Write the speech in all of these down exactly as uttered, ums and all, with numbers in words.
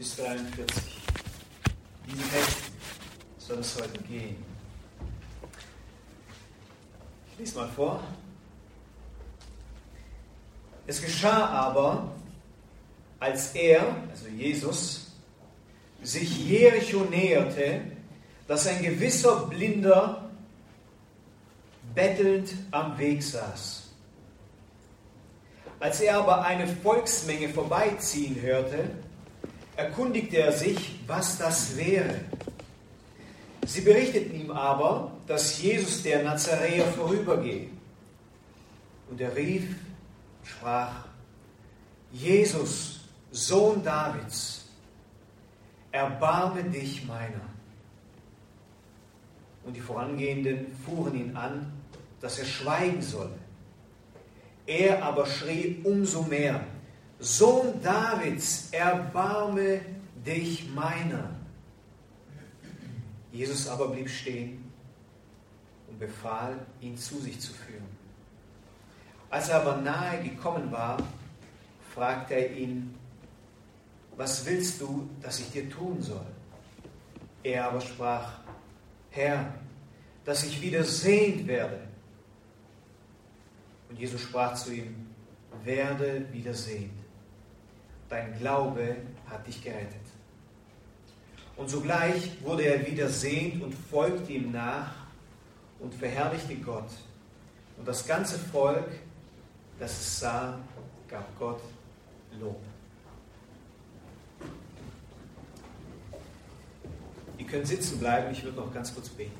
bis dreiundvierzig. Diesen Text soll es heute gehen. Ich lese mal vor. Es geschah aber, als er, also Jesus, sich Jericho näherte, dass ein gewisser Blinder bettelnd am Weg saß. Als er aber eine Volksmenge vorbeiziehen hörte, erkundigte er sich, was das wäre. Sie berichteten ihm aber, dass Jesus der Nazaräer vorübergehe. Und er rief und sprach: Jesus, Sohn Davids, erbarme dich meiner. Und die Vorangehenden fuhren ihn an, dass er schweigen solle. Er aber schrie umso mehr: Sohn Davids, erbarme dich meiner. Jesus aber blieb stehen und befahl, ihn zu sich zu führen. Als er aber nahe gekommen war, fragte er ihn: Was willst du, dass ich dir tun soll? Er aber sprach: Herr, dass ich wieder sehend werde. Und Jesus sprach zu ihm: Werde wieder sehend. Dein Glaube hat dich gerettet. Und sogleich wurde er wieder sehend und folgte ihm nach und verherrlichte Gott. Und das ganze Volk, das es sah, gab Gott Lob. Ihr könnt sitzen bleiben, ich würde noch ganz kurz beten.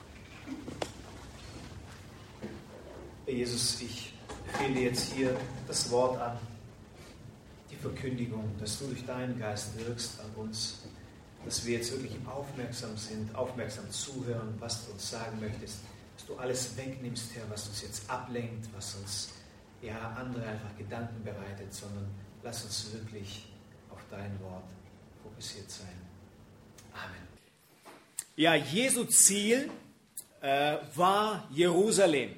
Herr Jesus, ich befehle dir jetzt hier das Wort an, die Verkündigung, dass du durch deinen Geist wirkst an uns, dass wir jetzt wirklich aufmerksam sind, aufmerksam zuhören, was du uns sagen möchtest, dass du alles wegnimmst, Herr, was uns jetzt ablenkt, was uns ja andere einfach Gedanken bereitet, sondern lass uns wirklich auf dein Wort fokussiert sein. Amen. Ja, Jesu Ziel äh, war Jerusalem.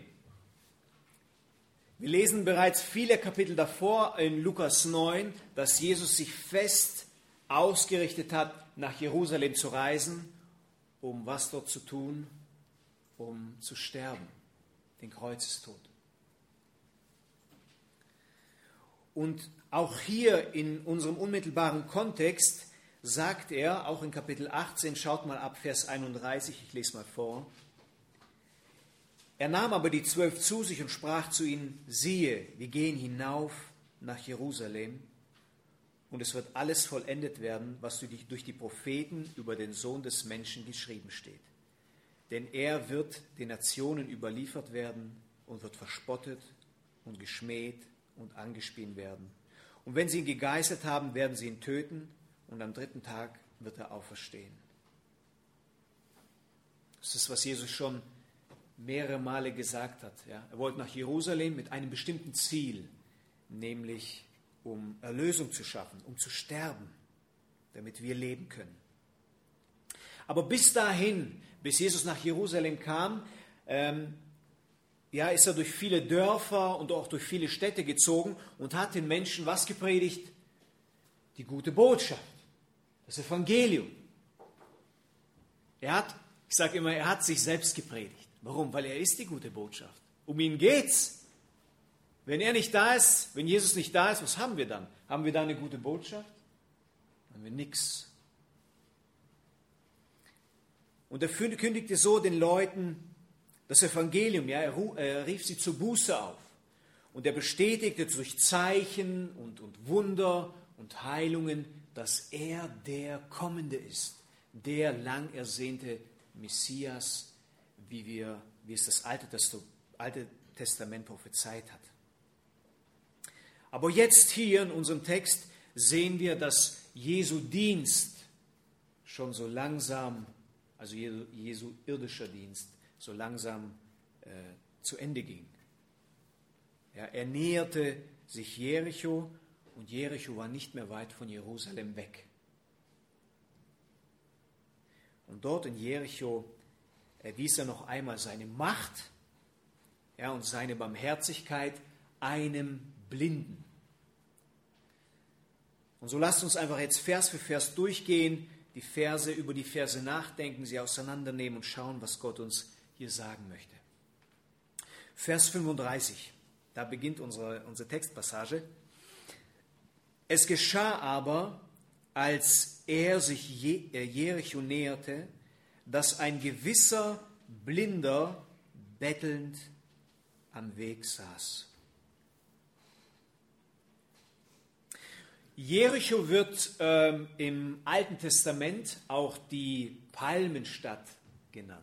Wir lesen bereits viele Kapitel davor in Lukas neun, dass Jesus sich fest ausgerichtet hat, nach Jerusalem zu reisen, um was dort zu tun? Um zu sterben, den Kreuzestod. Und auch hier in unserem unmittelbaren Kontext sagt er, auch in Kapitel achtzehn, schaut mal ab Vers einunddreißig, ich lese mal vor. Er nahm aber die Zwölf zu sich und sprach zu ihnen: Siehe, wir gehen hinauf nach Jerusalem, und es wird alles vollendet werden, was durch die Propheten über den Sohn des Menschen geschrieben steht. Denn er wird den Nationen überliefert werden und wird verspottet und geschmäht und angespien werden. Und wenn sie ihn gegeißelt haben, werden sie ihn töten, und am dritten Tag wird er auferstehen. Das ist, was Jesus schon mehrere Male gesagt hat. Ja. Er wollte nach Jerusalem mit einem bestimmten Ziel, nämlich um Erlösung zu schaffen, um zu sterben, damit wir leben können. Aber bis dahin, bis Jesus nach Jerusalem kam, ähm, ja, ist er durch viele Dörfer und auch durch viele Städte gezogen und hat den Menschen was gepredigt? Die gute Botschaft, das Evangelium. Er hat, ich sage immer, er hat sich selbst gepredigt. Warum? Weil er ist die gute Botschaft. Um ihn geht's. Wenn er nicht da ist, wenn Jesus nicht da ist, was haben wir dann? Haben wir da eine gute Botschaft? Haben wir nichts. Und er kündigte so den Leuten das Evangelium, ja, er rief sie zur Buße auf. Und er bestätigte durch Zeichen und, und Wunder und Heilungen, dass er der Kommende ist, der lang ersehnte Messias, wie, wir, wie es das Alte Testament prophezeit hat. Aber jetzt hier in unserem Text sehen wir, dass Jesu Dienst schon so langsam, also Jesu, Jesu irdischer Dienst, so langsam äh, zu Ende ging. Ja, er näherte sich Jericho und Jericho war nicht mehr weit von Jerusalem weg. Und dort in Jericho erwies er noch einmal seine Macht, ja, und seine Barmherzigkeit einem Blinden. Und so lasst uns einfach jetzt Vers für Vers durchgehen, die Verse, über die Verse nachdenken, sie auseinandernehmen und schauen, was Gott uns hier sagen möchte. Vers fünfunddreißig, da beginnt unsere, unsere Textpassage. Es geschah aber, als er sich Jericho näherte, dass ein gewisser Blinder bettelnd am Weg saß. Jericho wird ähm, im Alten Testament auch die Palmenstadt genannt.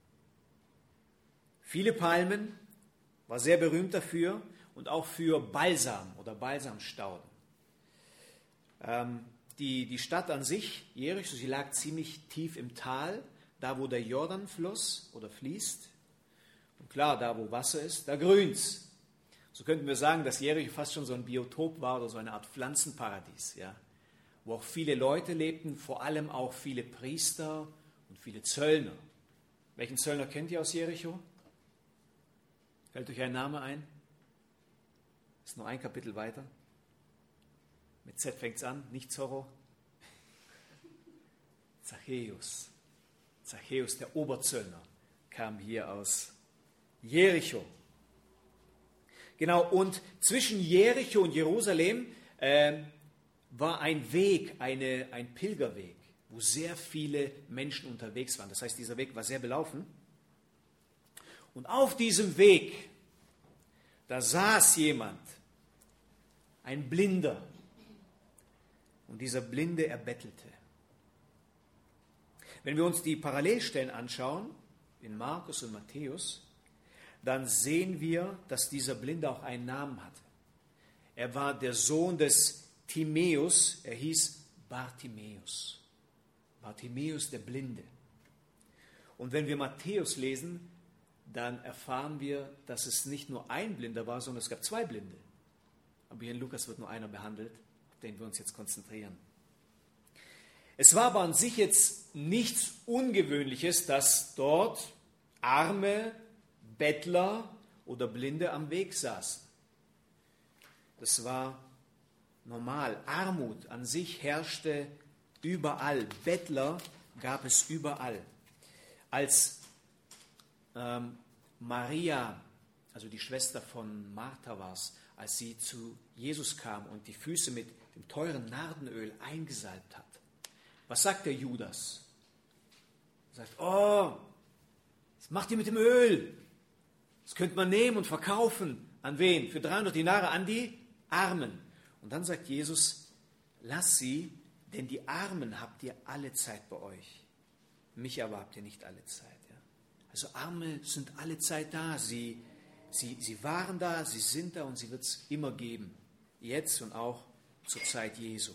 Viele Palmen, war sehr berühmt dafür und auch für Balsam oder Balsamstauden. Ähm, die, die Stadt an sich, Jericho, sie lag ziemlich tief im Tal, da wo der Jordan floss oder fließt. Und klar, da wo Wasser ist, da grünt's. So könnten wir sagen, dass Jericho fast schon so ein Biotop war oder so eine Art Pflanzenparadies, ja, wo auch viele Leute lebten, vor allem auch viele Priester und viele Zöllner. Welchen Zöllner kennt ihr aus Jericho? Fällt euch ein Name ein? Ist nur ein Kapitel weiter. Mit Z fängt es an, nicht Zorro. Zachäus. Zachäus, der Oberzöllner, kam hier aus Jericho. Genau, und zwischen Jericho und Jerusalem äh, war ein Weg, eine, ein Pilgerweg, wo sehr viele Menschen unterwegs waren. Das heißt, dieser Weg war sehr belaufen. Und auf diesem Weg, da saß jemand, ein Blinder. Und dieser Blinde, er bettelte. Wenn wir uns die Parallelstellen anschauen, in Markus und Matthäus, dann sehen wir, dass dieser Blinde auch einen Namen hatte. Er war der Sohn des Timäus, er hieß Bartimäus. Bartimäus der Blinde. Und wenn wir Matthäus lesen, dann erfahren wir, dass es nicht nur ein Blinder war, sondern es gab zwei Blinde. Aber hier in Lukas wird nur einer behandelt, auf den wir uns jetzt konzentrieren. Es war aber an sich jetzt nichts Ungewöhnliches, dass dort arme Bettler oder Blinde am Weg saßen. Das war normal. Armut an sich herrschte überall. Bettler gab es überall. Als ähm, Maria, also die Schwester von Martha war es, als sie zu Jesus kam und die Füße mit dem teuren Nardenöl eingesalbt hat. Was sagt der Judas? Er sagt, oh, was macht ihr mit dem Öl? Das könnte man nehmen und verkaufen. An wen? Für dreihundert Dinare an die Armen. Und dann sagt Jesus, lass sie, denn die Armen habt ihr alle Zeit bei euch. Mich aber habt ihr nicht alle Zeit. Ja? Also Arme sind alle Zeit da. Sie, sie, sie waren da, sie sind da und sie wird es immer geben. Jetzt und auch zur Zeit Jesu.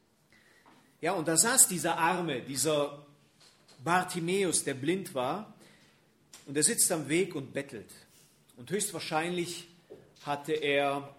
Ja, und da saß dieser Arme, dieser Bartimäus, der blind war, und er sitzt am Weg und bettelt. Und höchstwahrscheinlich hatte er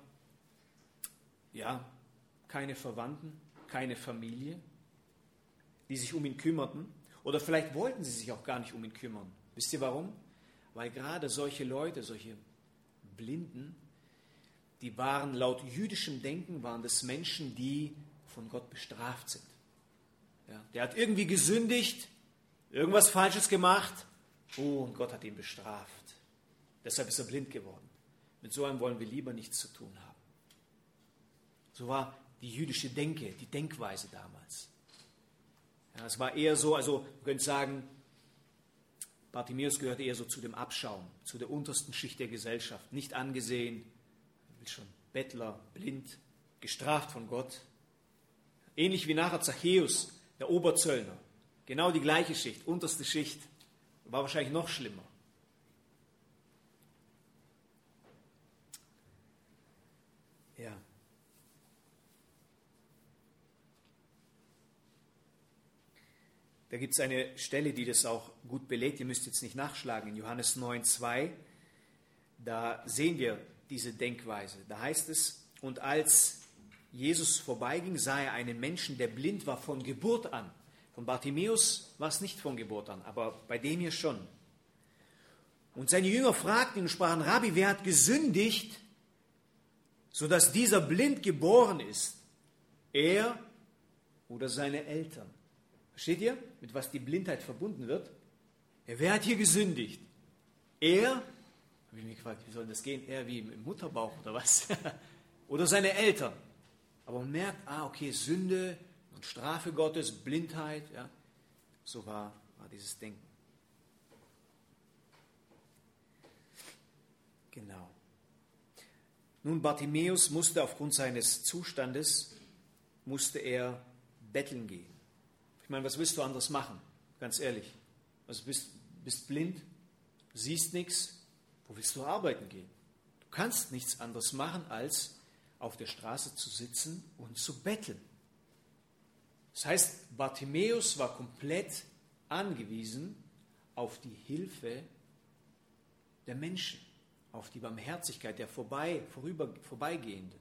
ja, keine Verwandten, keine Familie, die sich um ihn kümmerten. Oder vielleicht wollten sie sich auch gar nicht um ihn kümmern. Wisst ihr warum? Weil gerade solche Leute, solche Blinden, die waren laut jüdischem Denken, waren das Menschen, die von Gott bestraft sind. Ja, der hat irgendwie gesündigt, irgendwas Falsches gemacht, oh, und Gott hat ihn bestraft. Deshalb ist er blind geworden. Mit so einem wollen wir lieber nichts zu tun haben. So war die jüdische Denke, die Denkweise damals. Ja, es war eher so, also ihr könnt sagen, Bartimäus gehörte eher so zu dem Abschaum, zu der untersten Schicht der Gesellschaft. Nicht angesehen, schon Bettler, blind, gestraft von Gott. Ähnlich wie nachher Zachäus, der Oberzöllner. Genau die gleiche Schicht, unterste Schicht. War wahrscheinlich noch schlimmer. Ja. Da gibt es eine Stelle, die das auch gut belegt. Ihr müsst jetzt nicht nachschlagen. In Johannes neun, zwei, da sehen wir diese Denkweise. Da heißt es, und als Jesus vorbeiging, sah er einen Menschen, der blind war von Geburt an. Von Bartimäus war es nicht von Geburt an, aber bei dem hier schon. Und seine Jünger fragten ihn und sprachen, Rabbi, wer hat gesündigt, sodass dieser blind geboren ist? Er oder seine Eltern. Versteht ihr, mit was die Blindheit verbunden wird? Ja, wer hat hier gesündigt? Er? Habe ich mich gefragt, wie soll das gehen? Er wie im Mutterbauch oder was? Oder seine Eltern. Aber man merkt, ah, okay, Sünde und Strafe Gottes, Blindheit, ja. So war, war dieses Denken. Genau. Nun, Bartimäus musste aufgrund seines Zustandes, musste er betteln gehen. Ich meine, was willst du anderes machen? Ganz ehrlich. Also bist, bist blind, siehst nichts, wo willst du arbeiten gehen? Du kannst nichts anderes machen, als auf der Straße zu sitzen und zu betteln. Das heißt, Bartimäus war komplett angewiesen auf die Hilfe der Menschen, auf die Barmherzigkeit der vorbei, vorüber, Vorbeigehenden.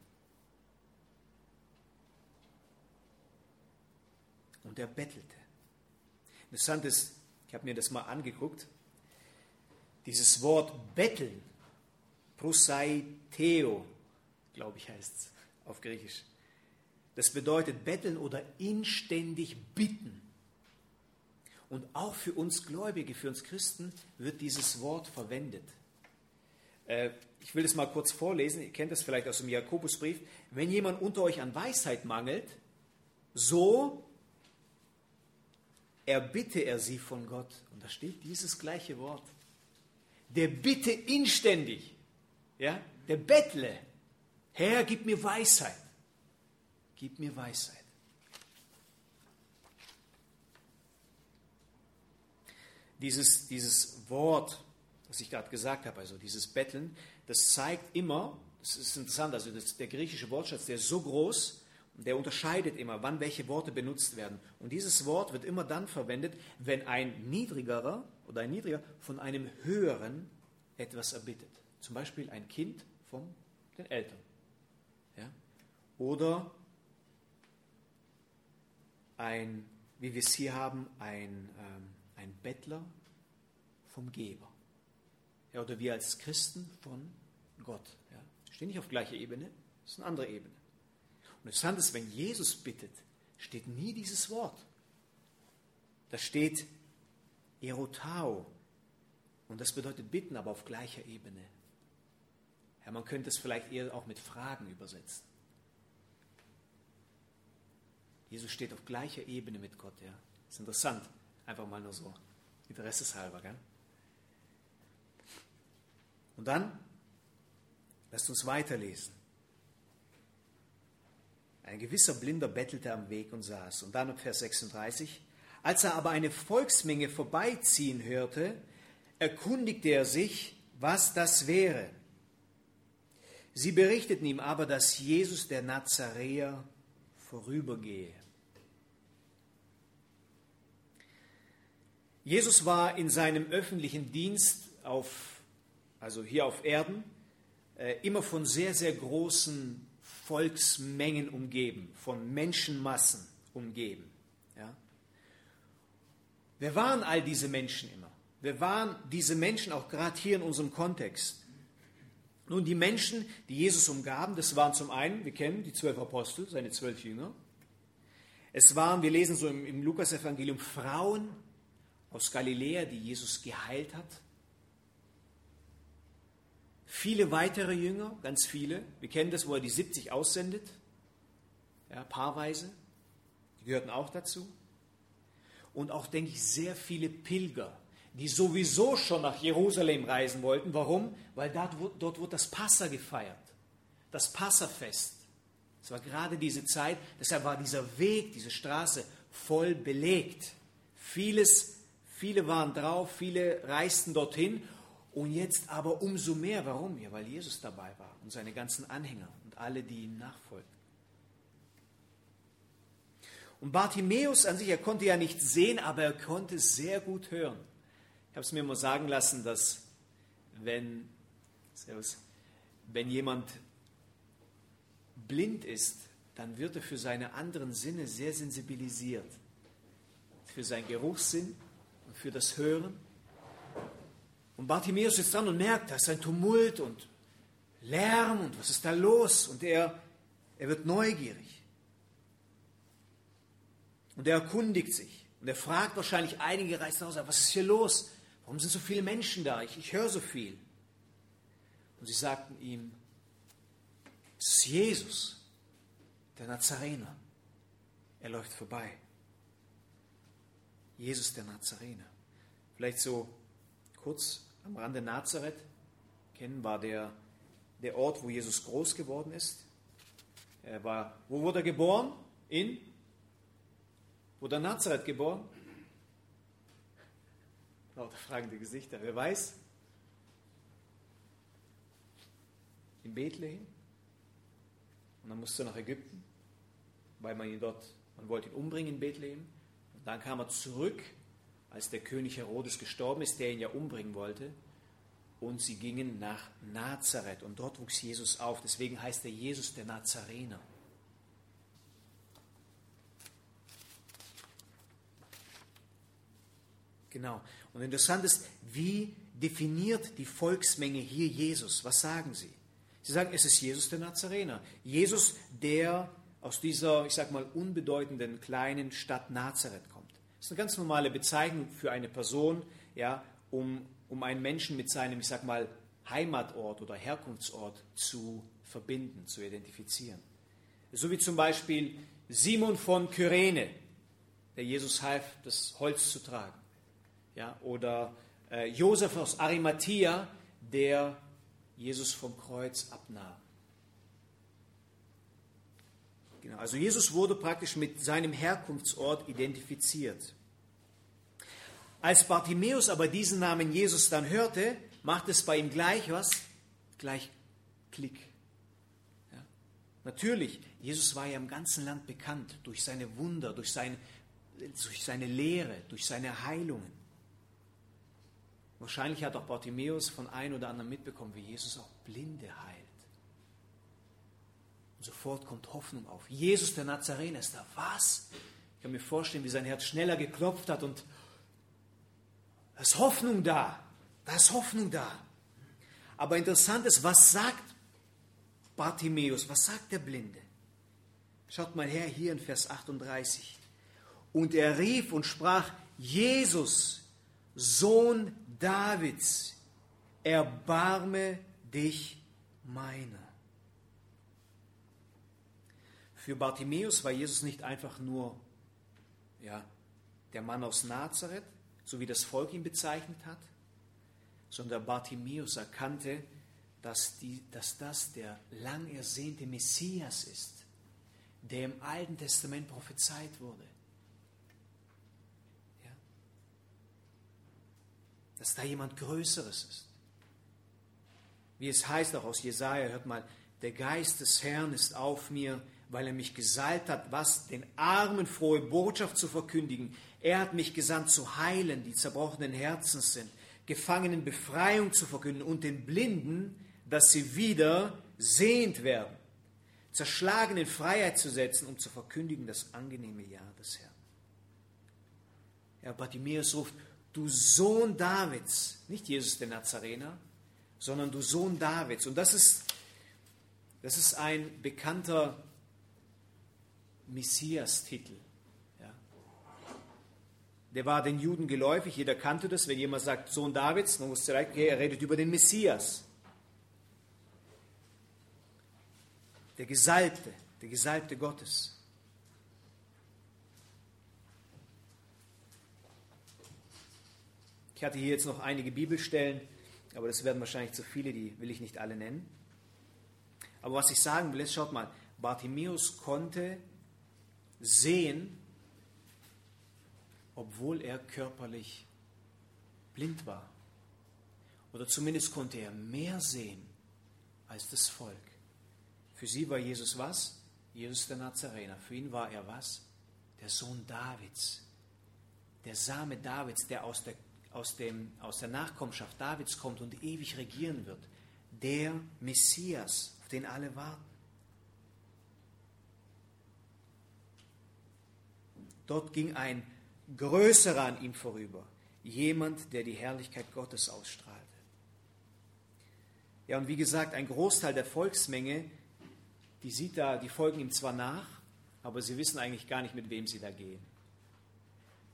Und er bettelte. Interessant ist, ich habe mir das mal angeguckt, dieses Wort betteln, prosaiteo, glaube ich heißt es auf Griechisch. Das bedeutet betteln oder inständig bitten. Und auch für uns Gläubige, für uns Christen wird dieses Wort verwendet. Äh, ich will das mal kurz vorlesen, ihr kennt das vielleicht aus dem Jakobusbrief. Wenn jemand unter euch an Weisheit mangelt, so erbitte er sie von Gott. Und da steht dieses gleiche Wort. Der bitte inständig, ja, der bettle. Herr, gib mir Weisheit. Gib mir Weisheit. Dieses, dieses Wort, was ich gerade gesagt habe, also dieses Betteln, das zeigt immer, das ist interessant, also das, der griechische Wortschatz, der ist so groß, der unterscheidet immer, wann welche Worte benutzt werden. Und dieses Wort wird immer dann verwendet, wenn ein Niedrigerer oder ein Niedriger von einem Höheren etwas erbittet. Zum Beispiel ein Kind von den Eltern. Ja? Oder ein, wie wir es hier haben, ein, ähm, ein Bettler vom Geber. Ja, oder wir als Christen von Gott. Ja? Stehen nicht auf gleicher Ebene, das ist eine andere Ebene. Und interessant ist, wenn Jesus bittet, steht nie dieses Wort. Da steht erotao. Und das bedeutet bitten, aber auf gleicher Ebene. Ja, man könnte es vielleicht eher auch mit Fragen übersetzen. Jesus steht auf gleicher Ebene mit Gott. Ja. Das ist interessant. Einfach mal nur so. Interesseshalber. Gell? Und dann, lasst uns weiterlesen. Ein gewisser Blinder bettelte am Weg und saß. Und dann Vers sechsunddreißig. Als er aber eine Volksmenge vorbeiziehen hörte, erkundigte er sich, was das wäre. Sie berichteten ihm aber, dass Jesus der Nazaräer vorübergehe. Jesus war in seinem öffentlichen Dienst, auf, also hier auf Erden, äh, immer von sehr, sehr großen Volksmengen umgeben, von Menschenmassen umgeben. Ja? Wer waren all diese Menschen immer? Wer waren diese Menschen auch gerade hier in unserem Kontext? Nun, die Menschen, die Jesus umgaben, das waren zum einen, wir kennen die zwölf Apostel, seine zwölf Jünger. Es waren, wir lesen so im, im Lukas-Evangelium, Frauen aus Galiläa, die Jesus geheilt hat. Viele weitere Jünger, ganz viele. Wir kennen das, wo er die siebzig aussendet, ja, paarweise. Die gehörten auch dazu. Und auch, denke ich, sehr viele Pilger, die sowieso schon nach Jerusalem reisen wollten. Warum? Weil dort, dort wurde das Passa gefeiert, das Passafest. Es war gerade diese Zeit, deshalb war dieser Weg, diese Straße voll belegt. Vieles, viele waren drauf, viele reisten dorthin. Und jetzt aber umso mehr. Warum? Ja, weil Jesus dabei war und seine ganzen Anhänger und alle, die ihm nachfolgten. Und Bartimäus an sich, er konnte ja nicht sehen, aber er konnte sehr gut hören. Ich habe es mir mal sagen lassen, dass wenn, wenn jemand blind ist, dann wird er für seine anderen Sinne sehr sensibilisiert. Für seinen Geruchssinn und für das Hören. Und Bartimäus sitzt dran und merkt, da ist ein Tumult und Lärm und was ist da los? Und er, er wird neugierig. Und er erkundigt sich. Und er fragt wahrscheinlich einige Reisende, was ist hier los? Warum sind so viele Menschen da? Ich, ich höre so viel. Und sie sagten ihm, es ist Jesus, der Nazarener. Er läuft vorbei. Jesus, der Nazarener. Vielleicht so kurz am Rande Nazareth kennen, war der, der Ort, wo Jesus groß geworden ist. Er war, wo wurde er geboren? In? Wurde er in Nazareth geboren? Lauter fragende Gesichter. Wer weiß? In Bethlehem. Und dann musste er nach Ägypten, weil man ihn dort, man wollte ihn umbringen in Bethlehem. Und dann kam er zurück, als der König Herodes gestorben ist, der ihn ja umbringen wollte. Und sie gingen nach Nazareth. Und dort wuchs Jesus auf. Deswegen heißt er Jesus der Nazarener. Genau. Und interessant ist, wie definiert die Volksmenge hier Jesus? Was sagen sie? Sie sagen, es ist Jesus der Nazarener. Jesus, der aus dieser, ich sag mal, unbedeutenden kleinen Stadt Nazareth kommt. Das ist eine ganz normale Bezeichnung für eine Person, ja, um, um einen Menschen mit seinem, ich sag mal, Heimatort oder Herkunftsort zu verbinden, zu identifizieren. So wie zum Beispiel Simon von Kyrene, der Jesus half, das Holz zu tragen. Ja, oder äh, Josef aus Arimathea, der Jesus vom Kreuz abnahm. Genau, also Jesus wurde praktisch mit seinem Herkunftsort identifiziert. Als Bartimäus aber diesen Namen Jesus dann hörte, machte es bei ihm gleich was? Gleich Klick. Ja. Natürlich, Jesus war ja im ganzen Land bekannt durch seine Wunder, durch, sein, durch seine Lehre, durch seine Heilungen. Wahrscheinlich hat auch Bartimäus von einem oder anderen mitbekommen, wie Jesus auch Blinde heilt. Und sofort kommt Hoffnung auf. Jesus, der Nazarener, ist da. Was? Ich kann mir vorstellen, wie sein Herz schneller geklopft hat und da ist Hoffnung da. Da ist Hoffnung da. Aber interessant ist, was sagt Bartimäus? Was sagt der Blinde? Schaut mal her, hier in Vers achtunddreißig. Und er rief und sprach, Jesus, Sohn Davids, erbarme dich meiner. Für Bartimäus war Jesus nicht einfach nur ja, der Mann aus Nazareth, so wie das Volk ihn bezeichnet hat, sondern Bartimäus erkannte, dass, die, dass das der lang ersehnte Messias ist, der im Alten Testament prophezeit wurde. Ja? Dass da jemand Größeres ist. Wie es heißt auch aus Jesaja, hört mal, der Geist des Herrn ist auf mir, weil er mich gesalbt hat, was den Armen frohe Botschaft zu verkündigen. Er hat mich gesandt zu heilen, die zerbrochenen Herzens sind, Gefangenen Befreiung zu verkünden und den Blinden, dass sie wieder sehend werden, zerschlagen in Freiheit zu setzen, um zu verkündigen das angenehme Jahr des Herrn. Ja, Bartimäus ruft, du Sohn Davids, nicht Jesus der Nazarener, sondern du Sohn Davids. Und das ist, das ist ein bekannter Messias-Titel. Ja. Der war den Juden geläufig, jeder kannte das. Wenn jemand sagt, Sohn Davids, dann wusste er, okay, er redet über den Messias. Der Gesalbte, der Gesalbte Gottes. Ich hatte hier jetzt noch einige Bibelstellen, aber das werden wahrscheinlich zu viele, die will ich nicht alle nennen. Aber was ich sagen will, ist, schaut mal, Bartimäus konnte sehen, obwohl er körperlich blind war. Oder zumindest konnte er mehr sehen als das Volk. Für sie war Jesus was? Jesus der Nazarener. Für ihn war er was? Der Sohn Davids. Der Same Davids, der aus der, aus dem, aus der Nachkommenschaft Davids kommt und ewig regieren wird. Der Messias, auf den alle warten. Dort ging ein Größerer an ihm vorüber. Jemand, der die Herrlichkeit Gottes ausstrahlte. Ja, und wie gesagt, ein Großteil der Volksmenge, die sieht da, die folgen ihm zwar nach, aber sie wissen eigentlich gar nicht, mit wem sie da gehen.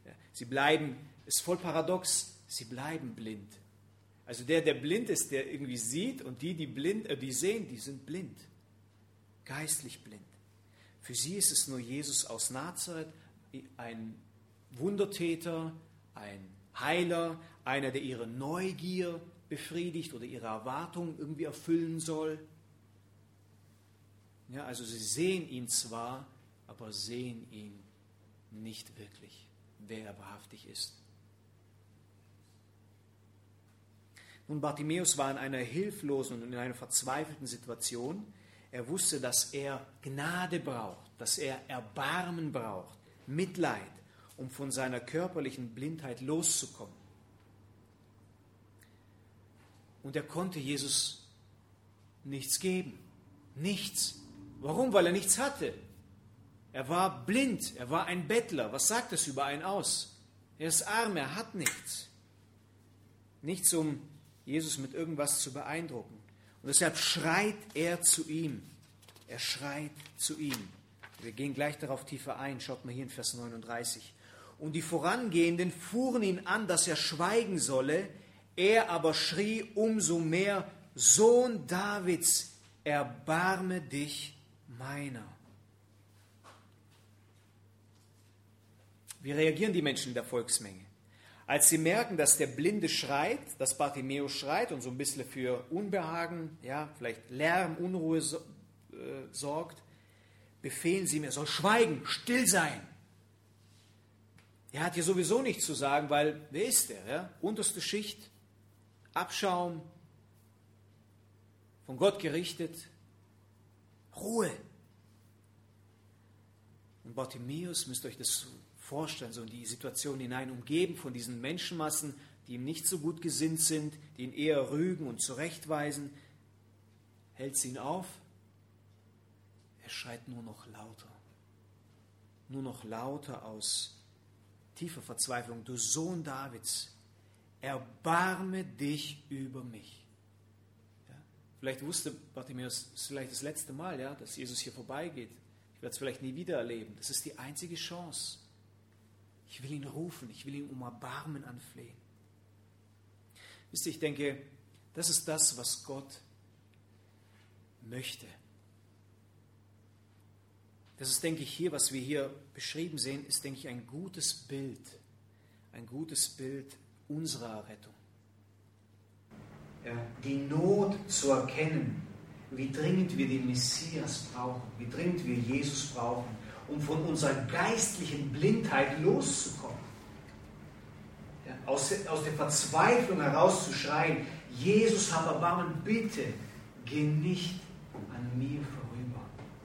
Ja, sie bleiben, ist voll paradox, sie bleiben blind. Also der, der blind ist, der irgendwie sieht, und die, die blind, äh, die sehen, die sind blind. Geistlich blind. Für sie ist es nur Jesus aus Nazareth, ein Wundertäter, ein Heiler, einer, der ihre Neugier befriedigt oder ihre Erwartungen irgendwie erfüllen soll. Ja, also sie sehen ihn zwar, aber sehen ihn nicht wirklich, wer er wahrhaftig ist. Nun, Bartimäus war in einer hilflosen und in einer verzweifelten Situation. Er wusste, dass er Gnade braucht, dass er Erbarmen braucht, Mitleid, um von seiner körperlichen Blindheit loszukommen. Und er konnte Jesus nichts geben. Nichts. Warum? Weil er nichts hatte. Er war blind, er war ein Bettler. Was sagt das über einen aus? Er ist arm, er hat nichts. Nichts, um Jesus mit irgendwas zu beeindrucken. Und deshalb schreit er zu ihm. Er schreit zu ihm. Wir gehen gleich darauf tiefer ein. Schaut mal hier in Vers neununddreißig. Und die Vorangehenden fuhren ihn an, dass er schweigen solle. Er aber schrie umso mehr: Sohn Davids, erbarme dich meiner. Wie reagieren die Menschen in der Volksmenge? Als sie merken, dass der Blinde schreit, dass Bartimäus schreit und so ein bisschen für Unbehagen, ja, vielleicht Lärm, Unruhe so, äh, sorgt, befehlen sie ihm, er soll schweigen, still sein. Er hat hier sowieso nichts zu sagen, weil, wer ist er? Ja? Unterste Schicht, Abschaum, von Gott gerichtet, Ruhe. Und Bartimäus, müsst ihr euch das vorstellen, so in die Situation hinein, umgeben von diesen Menschenmassen, die ihm nicht so gut gesinnt sind, die ihn eher rügen und zurechtweisen, hält sie ihn auf. Er schreit nur noch lauter, nur noch lauter aus tiefer Verzweiflung: Du Sohn Davids, erbarme dich über mich. Ja? Vielleicht wusste Bartimäus, das ist vielleicht das letzte Mal, ja, dass Jesus hier vorbeigeht. Ich werde es vielleicht nie wieder erleben. Das ist die einzige Chance. Ich will ihn rufen, ich will ihn um Erbarmen anflehen. Wisst ihr, ich denke, das ist das, was Gott möchte. Das ist, denke ich, hier, was wir hier beschrieben sehen, ist, denke ich, ein gutes Bild. Ein gutes Bild unserer Rettung. Ja, die Not zu erkennen, wie dringend wir den Messias brauchen, wie dringend wir Jesus brauchen, um von unserer geistlichen Blindheit loszukommen. Ja, aus, aus der Verzweiflung herauszuschreien: Jesus, hab Erbarmen, bitte, geh nicht an mir vorüber.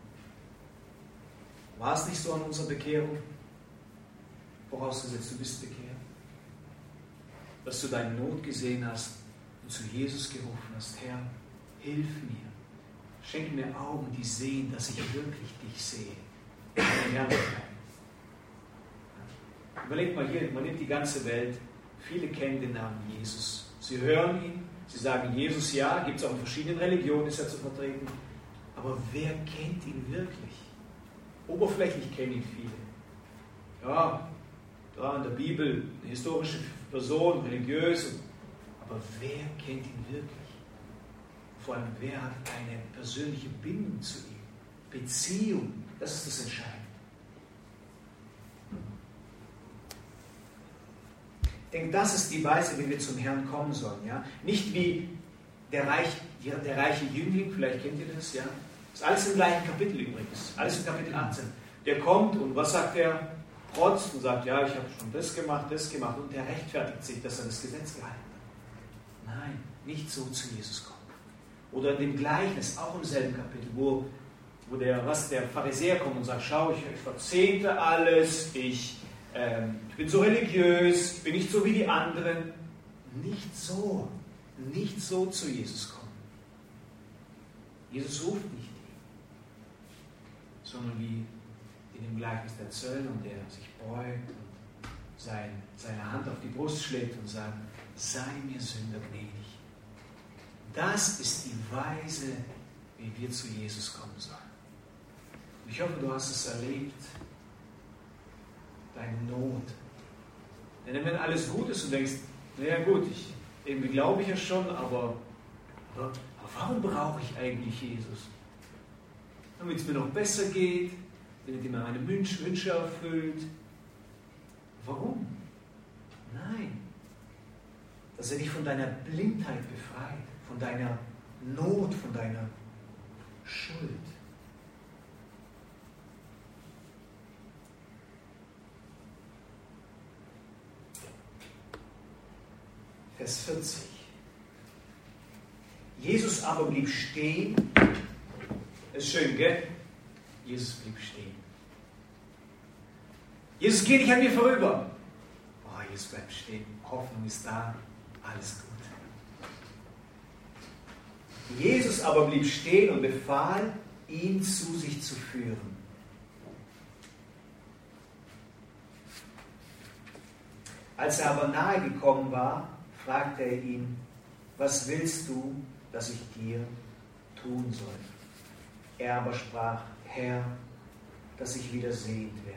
War es nicht so an unserer Bekehrung? Vorausgesetzt, du bist bekehrt. Dass du deine Not gesehen hast und zu Jesus gerufen hast: Herr, hilf mir. Schenke mir Augen, die sehen, dass ich wirklich dich sehe. Überlegt mal hier, man nimmt die ganze Welt, viele kennen den Namen Jesus. Sie hören ihn, sie sagen Jesus, ja, gibt es auch in verschiedenen Religionen, ist er zu vertreten. Aber wer kennt ihn wirklich? Oberflächlich kennen ihn viele. Ja, da in der Bibel eine historische Person, religiös. Aber wer kennt ihn wirklich? Vor allem, wer hat eine persönliche Bindung zu ihm? Beziehung, das ist das Entscheidende. Ich denke, das ist die Weise, wie wir zum Herrn kommen sollen. Ja? Nicht wie der, Reich, der reiche Jüngling, vielleicht kennt ihr das, ja? Das ist alles im gleichen Kapitel übrigens, alles im Kapitel achtzehn. Der kommt und was sagt er? Protzt und sagt, ja, ich habe schon das gemacht, das gemacht, und der rechtfertigt sich, dass er das Gesetz gehalten hat. Nein, nicht so zu Jesus kommen. Oder in dem Gleichnis, auch im selben Kapitel, wo, wo der, was, der Pharisäer kommt und sagt, schau, ich, ich verzehnte alles, ich, ähm, ich bin so religiös, ich bin nicht so wie die anderen. Nicht so, nicht so zu Jesus kommen. Jesus ruft nicht ihn, sondern wie in dem Gleichnis der Zöllner, der sich beugt und sein, seine Hand auf die Brust schlägt und sagt, sei mir Sünder gnädig. Das ist die Weise, wie wir zu Jesus kommen sollen. Und ich hoffe, du hast es erlebt, deine Not, Denn wenn alles gut ist und denkst, naja gut, ich, irgendwie glaube ich ja schon, aber, aber, aber warum brauche ich eigentlich Jesus? Damit es mir noch besser geht, damit er mir meine Wünsche erfüllt. Warum? Nein. Dass er dich von deiner Blindheit befreit, von deiner Not, von deiner Schuld. Vers vierzig. Jesus aber blieb stehen. Das ist schön, gell? Jesus blieb stehen. Jesus, geh nicht an mir vorüber. Oh, Jesus bleibt stehen. Hoffnung ist da. Alles gut. Jesus aber blieb stehen und befahl, ihn zu sich zu führen. Als er aber nahe gekommen war, fragte er ihn, was willst du, dass ich dir tun soll? Er aber sprach, Herr, dass ich wieder sehend werde.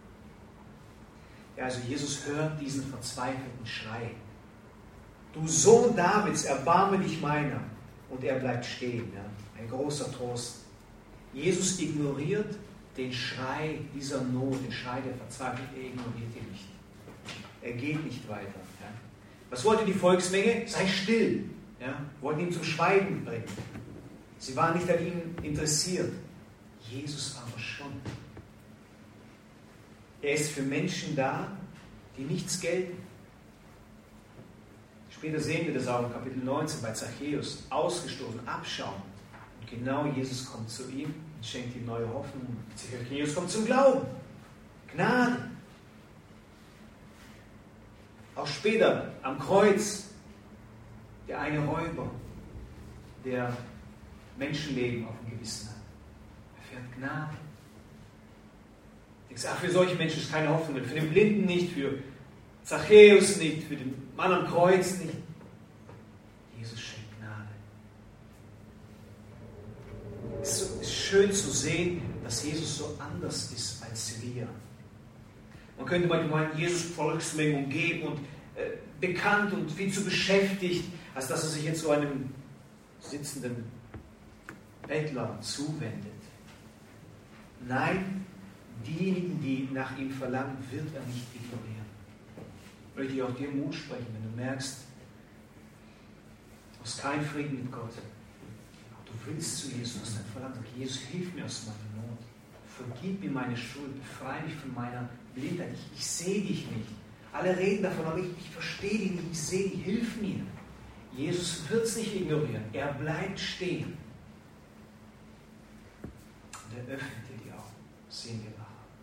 Ja, also Jesus hört diesen verzweifelten Schrei. Du Sohn Davids, erbarme dich meiner. Und er bleibt stehen. Ja? Ein großer Trost. Jesus ignoriert den Schrei dieser Not, den Schrei der Verzweiflung, er ignoriert ihn nicht. Er geht nicht weiter. Ja? Was wollte die Volksmenge? Sei still. Ja? Wollten ihn zum Schweigen bringen. Sie waren nicht an ihm interessiert. Jesus aber schon. Er ist für Menschen da, die nichts gelten. Später sehen wir das auch in Kapitel neunzehn bei Zachäus. Ausgestoßen, abschauen. Und genau Jesus kommt zu ihm und schenkt ihm neue Hoffnung. Zachäus kommt zum Glauben. Gnade. Auch später am Kreuz, der eine Räuber, der Menschenleben auf dem Gewissen hat. Erfährt Gnade. Ich sage, für solche Menschen ist keine Hoffnung mehr. Für den Blinden nicht, für Zachäus nicht, für den Mann am Kreuz nicht. Jesus schenkt Gnade. Es ist schön zu sehen, dass Jesus so anders ist als wir. Man könnte manchmal meinen, Jesus Volksmengen umgeben und äh, bekannt und viel zu beschäftigt, als dass er sich jetzt so einem sitzenden Bettler zuwendet. Nein, diejenigen, die nach ihm verlangen, wird er nicht ignorieren. Ich möchte ich auch dir Mut sprechen, wenn du merkst, du hast keinen Frieden mit Gott. Aber du willst zu Jesus, du hast ein Verlangen. Sag, Jesus, hilf mir aus meiner Not. Vergib mir meine Schuld, befreie mich von meiner Blindheit. Ich, ich sehe dich nicht. Alle reden davon, aber ich, ich verstehe dich nicht, ich sehe dich, hilf mir. Jesus wird es nicht ignorieren. Er bleibt stehen. Und er öffnet dir die Augen. Das sehen wir nachher.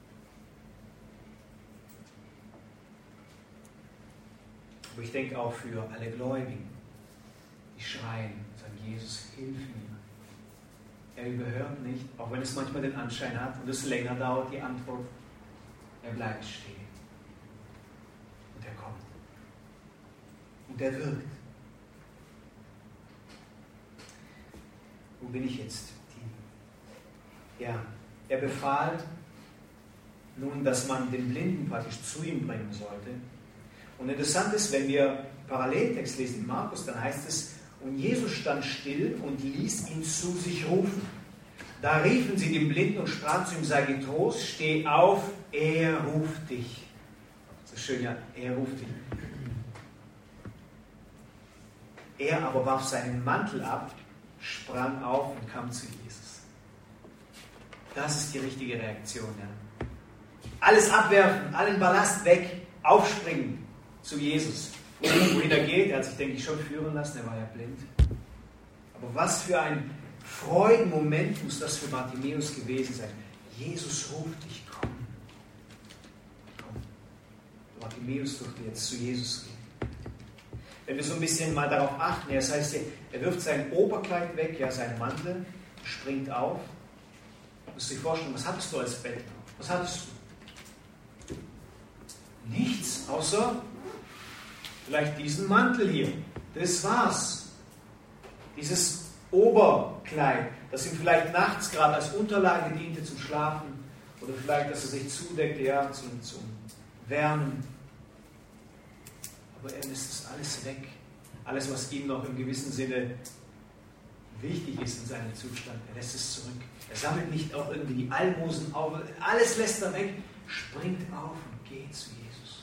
Aber ich denke auch für alle Gläubigen, die schreien und sagen, Jesus, hilf mir. Er überhört nicht, auch wenn es manchmal den Anschein hat und es länger dauert, die Antwort. Er bleibt stehen. Und er kommt. Und er wirkt. Wo bin ich jetzt? Die, ja, er befahl nun, dass man den Blinden praktisch zu ihm bringen sollte. Und interessant ist, wenn wir Paralleltext lesen in Markus, dann heißt es, und Jesus stand still und ließ ihn zu sich rufen. Da riefen sie den Blinden und sprachen zu ihm, sei getrost, steh auf, er ruft dich. So schön, ja, er ruft dich. Er aber warf seinen Mantel ab, sprang auf und kam zu Jesus. Das ist die richtige Reaktion. Ja. Alles abwerfen, allen Ballast weg, aufspringen zu Jesus. Wohin er geht, er hat sich, denke ich, schon führen lassen, er war ja blind. Aber was für ein Freudenmoment muss das für Bartimäus gewesen sein. Jesus ruft dich, komm. Komm. Bartimäus durfte jetzt zu Jesus gehen. Wenn wir so ein bisschen mal darauf achten, das heißt, er wirft sein Oberkleid weg, ja, seinen Mantel, springt auf. Du musst dir vorstellen, was hattest du als Bettler? Was hattest du? Nichts, außer vielleicht diesen Mantel hier. Das war's. Dieses Oberkleid, das ihm vielleicht nachts gerade als Unterlage diente zum Schlafen oder vielleicht, dass er sich zudeckte, ja, zum, zum Wärmen. aber er lässt es alles weg. Alles, was ihm noch im gewissen Sinne wichtig ist in seinem Zustand, er lässt es zurück. Er sammelt nicht auch irgendwie die Almosen auf, alles lässt er weg, springt auf und geht zu Jesus.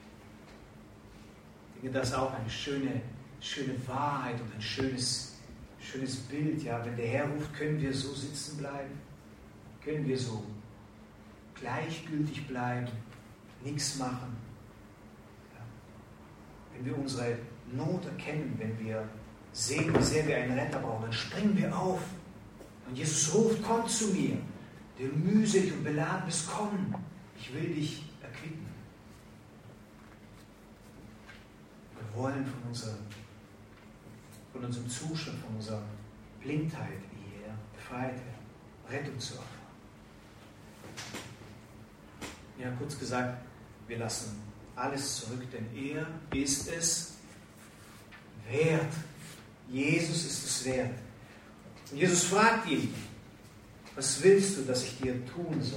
Ich denke, das ist auch eine schöne, schöne Wahrheit und ein schönes, schönes Bild. Ja, wenn der Herr ruft, können wir so sitzen bleiben, können wir so gleichgültig bleiben, nichts machen. Ja. Wenn wir unsere Not erkennen, wenn wir sehen, wie sehr wir einen Retter brauchen, dann springen wir auf. Und Jesus ruft, komm zu mir, der mühselig und beladen bist, komm, ich will dich erquicken. Wir wollen von, unserer, von unserem Zustand, von unserer Blindheit, wie er befreit wird, Rettung zu erfahren. Ja, kurz gesagt, wir lassen alles zurück, denn er ist es wert. Jesus ist es wert. Und Jesus fragt ihn, was willst du, dass ich dir tun soll?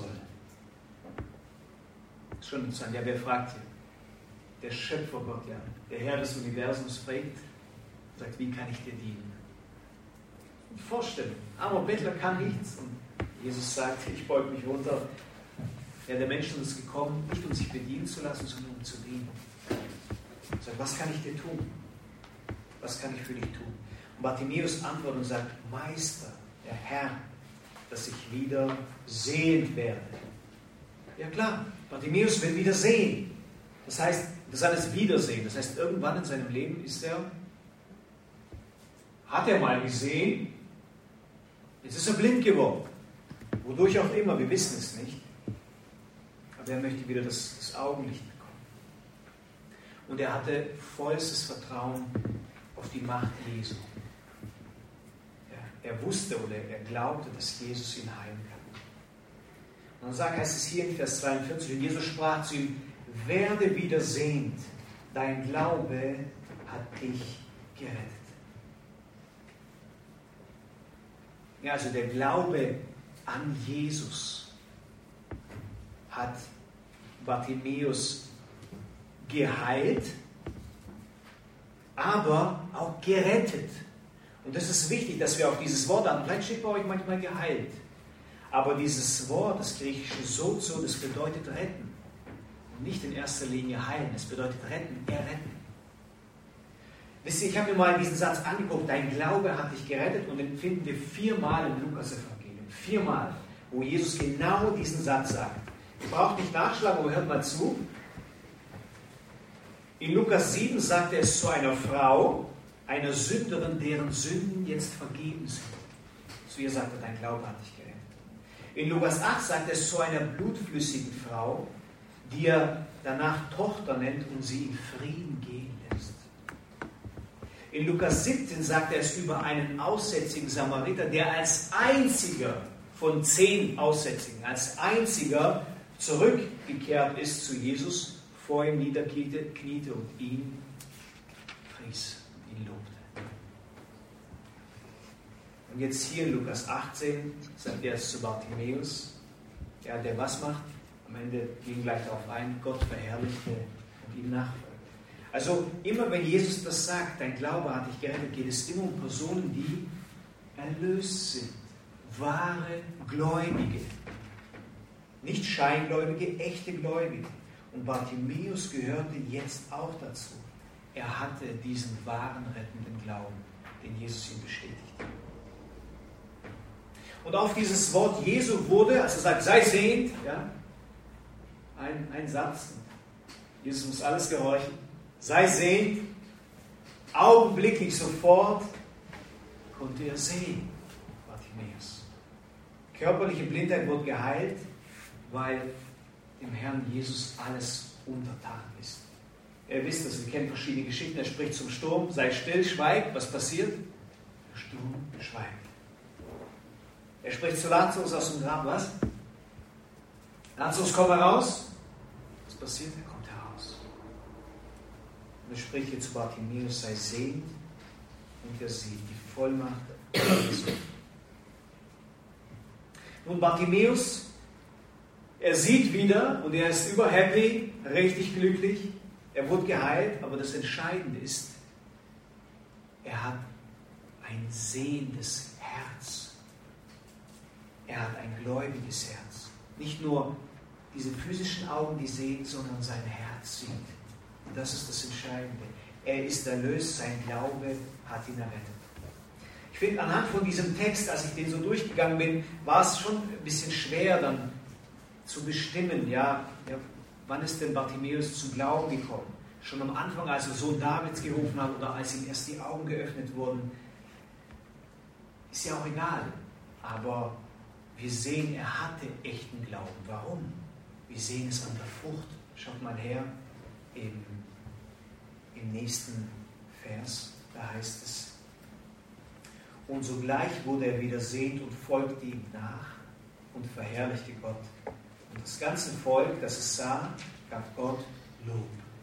Schon interessant, ja, wer fragt hier? Der Schöpfergott, ja, der Herr des Universums fragt, sagt, wie kann ich dir dienen? Und Vorstellung, armer Bettler kann nichts. Und Jesus sagt, ich beug mich runter. Ja, der Mensch ist uns gekommen, nicht um sich bedienen zu lassen, sondern um zu dienen. Er sagt, was kann ich dir tun? Was kann ich für dich tun? Und Bartimäus antwortet und sagt, Meister, der Herr, dass ich wieder sehend werde. Ja klar, Bartimäus will wieder sehen. Das heißt, das heißt Wiedersehen. Das heißt, irgendwann in seinem Leben ist er, hat er mal gesehen, jetzt ist er blind geworden. Wodurch auch immer, wir wissen es nicht. Aber er möchte wieder das, das Augenlicht bekommen. Und er hatte vollstes Vertrauen auf die Macht Jesu. Er, er wusste oder er glaubte, dass Jesus ihn heilen kann. Und dann sagt, heißt es hier in Vers zweiundvierzig, und Jesus sprach zu ihm, werde wieder sehend, dein Glaube hat dich gerettet. Ja, also der Glaube an Jesus hat Bartimäus geheilt, aber auch gerettet. Und das ist wichtig, dass wir auf dieses Wort achten. Vielleicht steht bei euch manchmal geheilt. Aber dieses Wort, das griechische Sozo, das bedeutet retten. Und nicht in erster Linie heilen. Es bedeutet retten, erretten. Wisst ihr, ich habe mir mal diesen Satz angeguckt, dein Glaube hat dich gerettet, und den finden wir viermal im Lukas-Evangelium. Viermal, wo Jesus genau diesen Satz sagt. Ihr braucht nicht nachschlagen, aber hört mal zu. In Lukas sieben sagt er es zu einer Frau, einer Sünderin, deren Sünden jetzt vergeben sind. Zu ihr sagt er, dein Glaube hat dich gerettet. In Lukas acht sagt er es zu einer blutflüssigen Frau, die er danach Tochter nennt und sie in Frieden gehen lässt. In Lukas siebzehn sagt er es über einen aussätzigen Samariter, der als einziger von zehn Aussätzigen, als einziger zurückgekehrt ist zu Jesus, vor ihm niederkniete kniete und ihn pries, ihn lobte. Und jetzt hier in Lukas achtzehn sagt er es zu Bartimäus, ja, der was macht? Am Ende ging gleich darauf ein, Gott verherrlichte und ihm nachfolgte. Also immer wenn Jesus das sagt, dein Glaube hat dich gerettet, geht es immer um Personen, die erlöst sind. Wahre Gläubige. Nicht Scheingläubige, echte Gläubige. Und Bartimäus gehörte jetzt auch dazu. Er hatte diesen wahren rettenden Glauben, den Jesus ihm bestätigt. Und auf dieses Wort Jesu wurde, als er sagt, sei sehend, ja, ein, ein Satz. Jesus muss alles gehorchen. Sei sehend. Augenblicklich sofort konnte er sehen, Bartimäus. Körperliche Blindheit wurde geheilt, weil dem Herrn Jesus alles untertan ist. Ihr wisst das, wir kennen verschiedene Geschichten. Er spricht zum Sturm, sei still, schweig. Was passiert? Der Sturm schweigt. Er spricht zu Lazarus aus dem Grab, was? Lazarus, komm heraus. Was passiert? Er kommt heraus. Und er spricht hier zu Bartimäus, sei sehend, und er sieht die Vollmacht Jesu. Nun, Bartimäus, er sieht wieder und er ist überhappy, richtig glücklich. er wurde geheilt, aber das Entscheidende ist, er hat ein sehendes Herz. Er hat ein gläubiges Herz. Nicht nur diese physischen Augen, die sehen, sondern sein Herz sieht. Und das ist das Entscheidende. Er ist erlöst, sein Glaube hat ihn errettet. Ich finde, anhand von diesem Text, als ich den so durchgegangen bin, war es schon ein bisschen schwer dann zu bestimmen, ja, ja wann ist denn Bartimäus zum Glauben gekommen? Schon am Anfang, als er Sohn Davids gerufen hat oder als ihm erst die Augen geöffnet wurden. Ist ja auch egal. Aber wir sehen, er hatte echten Glauben. Warum? Wir sehen es an der Frucht. Schaut mal her, im, im nächsten Vers, da heißt es, und sogleich wurde er wieder sehend und folgte ihm nach und verherrlichte Gott. Und das ganze Volk, das es sah, gab Gott Lob.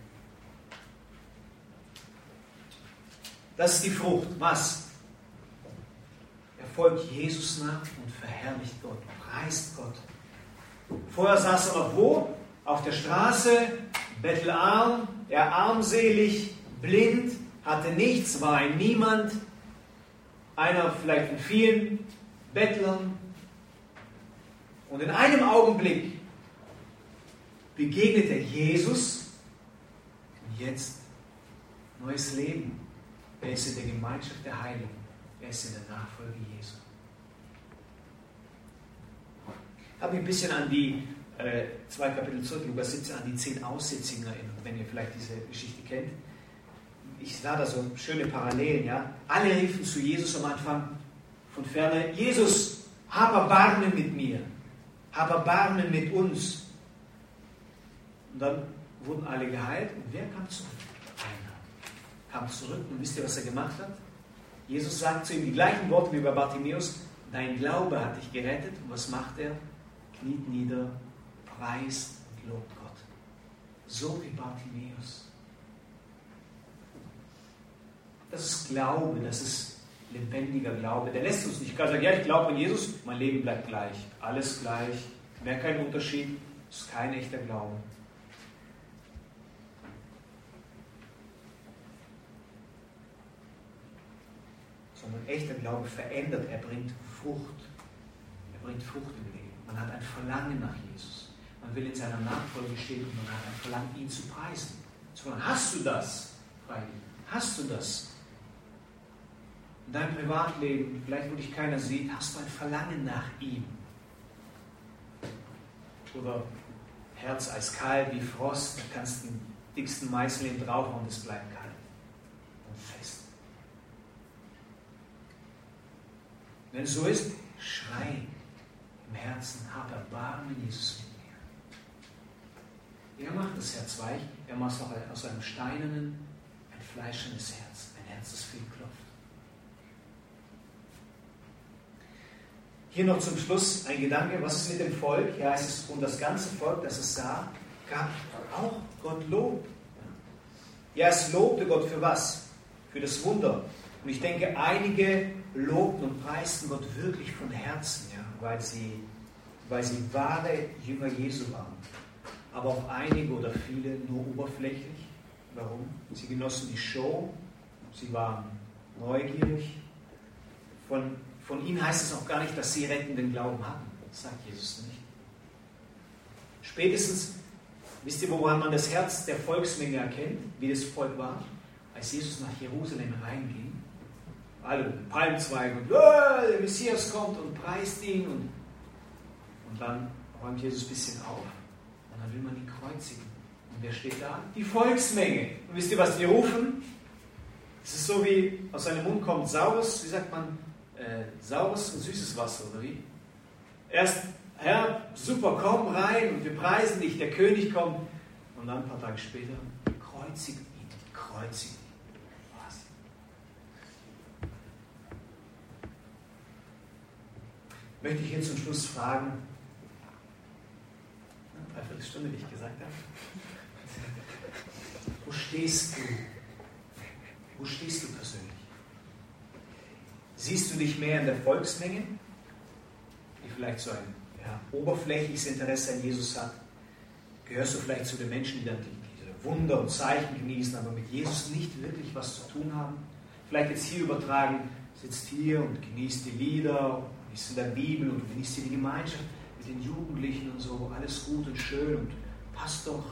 Das ist die Frucht. Was? Er folgt Jesus nach und verherrlicht Gott, preist Gott. Vorher saß er noch wo? Auf der Straße, bettelarm, er armselig, blind, hatte nichts, war ein Niemand, einer vielleicht von vielen Bettlern. Und in einem Augenblick begegnet er Jesus und jetzt neues Leben. Er ist in der Gemeinschaft der Heiligen. Er ist in der Nachfolge Jesu. Ich habe mich ein bisschen an die äh, zwei Kapitel zurück, Lukas siebzehn, an die zehn Aussätzigen erinnert, wenn ihr vielleicht diese Geschichte kennt. Ich sah da so schöne Parallelen. Ja? Alle riefen zu Jesus am Anfang von ferne, Jesus, hab Erbarmen mit mir. Hab Erbarmen mit uns. Und dann wurden alle geheilt. Und wer kam zurück? Einer kam zurück. Und wisst ihr, was er gemacht hat? Jesus sagt zu ihm die gleichen Worte wie bei Bartimäus. Dein Glaube hat dich gerettet. Und was macht er? Kniet nieder, preist und lobt Gott. So wie Bartimäus. Das ist Glaube, das ist lebendiger Glaube. Der lässt uns nicht sagen, ja, ich glaube an Jesus, mein Leben bleibt gleich. Alles gleich, mehr kein Unterschied, das ist kein echter Glaube. Sondern echter Glaube verändert, er bringt Frucht. Er bringt Frucht im Leben. Man hat ein Verlangen nach Jesus. Man will in seiner Nachfolge stehen und man hat ein Verlangen, ihn zu preisen. Zu fragen, hast du das? Hast du das? In deinem Privatleben, vielleicht wo dich keiner sieht, hast du ein Verlangen nach ihm. Oder Herz eiskalt wie Frost, da kannst du den dicksten Meißel eben draufhauen und es bleibt kalt und fest. Wenn es so ist, schrei im Herzen, hab Erbarmen, Jesus, mit mir. Er macht das Herz weich, er macht auch aus einem steinernen ein fleischendes Herz, ein Herz, das viel klopft. Hier noch zum Schluss ein Gedanke, was ist mit dem Volk? Hier heißt es, und das ganze Volk, das es sah, gab auch Gott Lob. Ja, es lobte Gott für was? Für das Wunder. Und ich denke, einige lobten und preisten Gott wirklich von Herzen, ja, weil sie, weil sie wahre Jünger Jesu waren. Aber auch einige oder viele nur oberflächlich. Warum? Sie genossen die Show, sie waren neugierig. Von Von ihnen heißt es auch gar nicht, dass sie rettenden Glauben hatten. Das sagt Jesus nicht. Spätestens, wisst ihr, woran man das Herz der Volksmenge erkennt, wie das Volk war? Als Jesus nach Jerusalem reinging, alle Palmzweige und oh, der Messias kommt und preist ihn. Und, und dann räumt Jesus ein bisschen auf und dann will man ihn kreuzigen. Und wer steht da? Die Volksmenge. Und wisst ihr, was die rufen? Es ist so wie, aus seinem Mund kommt saures, wie sagt man, Äh, saures und süßes Wasser, oder wie? Erst, Herr, super, komm rein und wir preisen dich, der König kommt. Und dann ein paar Tage später, kreuzigt ihn, kreuzigt ihn. Was? Möchte ich hier zum Schluss fragen, dreiviertel Stunde, wie ich gesagt habe, wo stehst du? Wo stehst du persönlich? Siehst du dich mehr in der Volksmenge, die vielleicht so ein ja, oberflächliches Interesse an Jesus hat? Gehörst du vielleicht zu den Menschen, die dann diese Wunder und Zeichen genießen, aber mit Jesus nicht wirklich was zu tun haben. Vielleicht jetzt hier übertragen, sitzt hier und genießt die Lieder, und liest in der Bibel und genießt hier die Gemeinschaft mit den Jugendlichen und so, alles gut und schön und passt doch.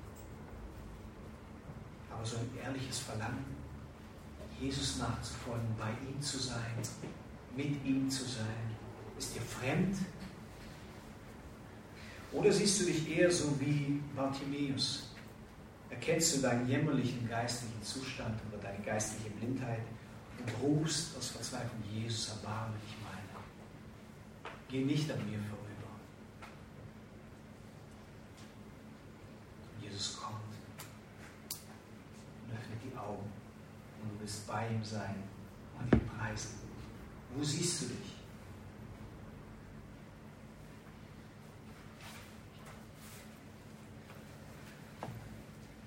Aber so ein ehrliches Verlangen, Jesus nachzufolgen, bei ihm zu sein, mit ihm zu sein, ist dir fremd? Oder siehst du dich eher so wie Bartimäus? Erkennst du deinen jämmerlichen geistlichen Zustand oder deine geistliche Blindheit und rufst aus Verzweiflung: Jesus, erbarme dich meiner. Geh nicht an mir vorüber. Und Jesus kommt und öffnet die Augen und du wirst bei ihm sein und ihn preisen. Wo siehst du dich?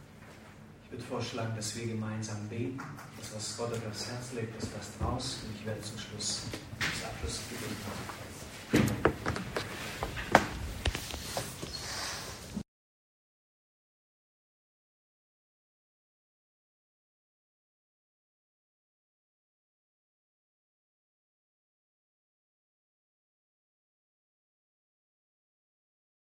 Ich würde vorschlagen, dass wir gemeinsam beten, das, was Gott auf das Herz legt, das lasst raus und ich werde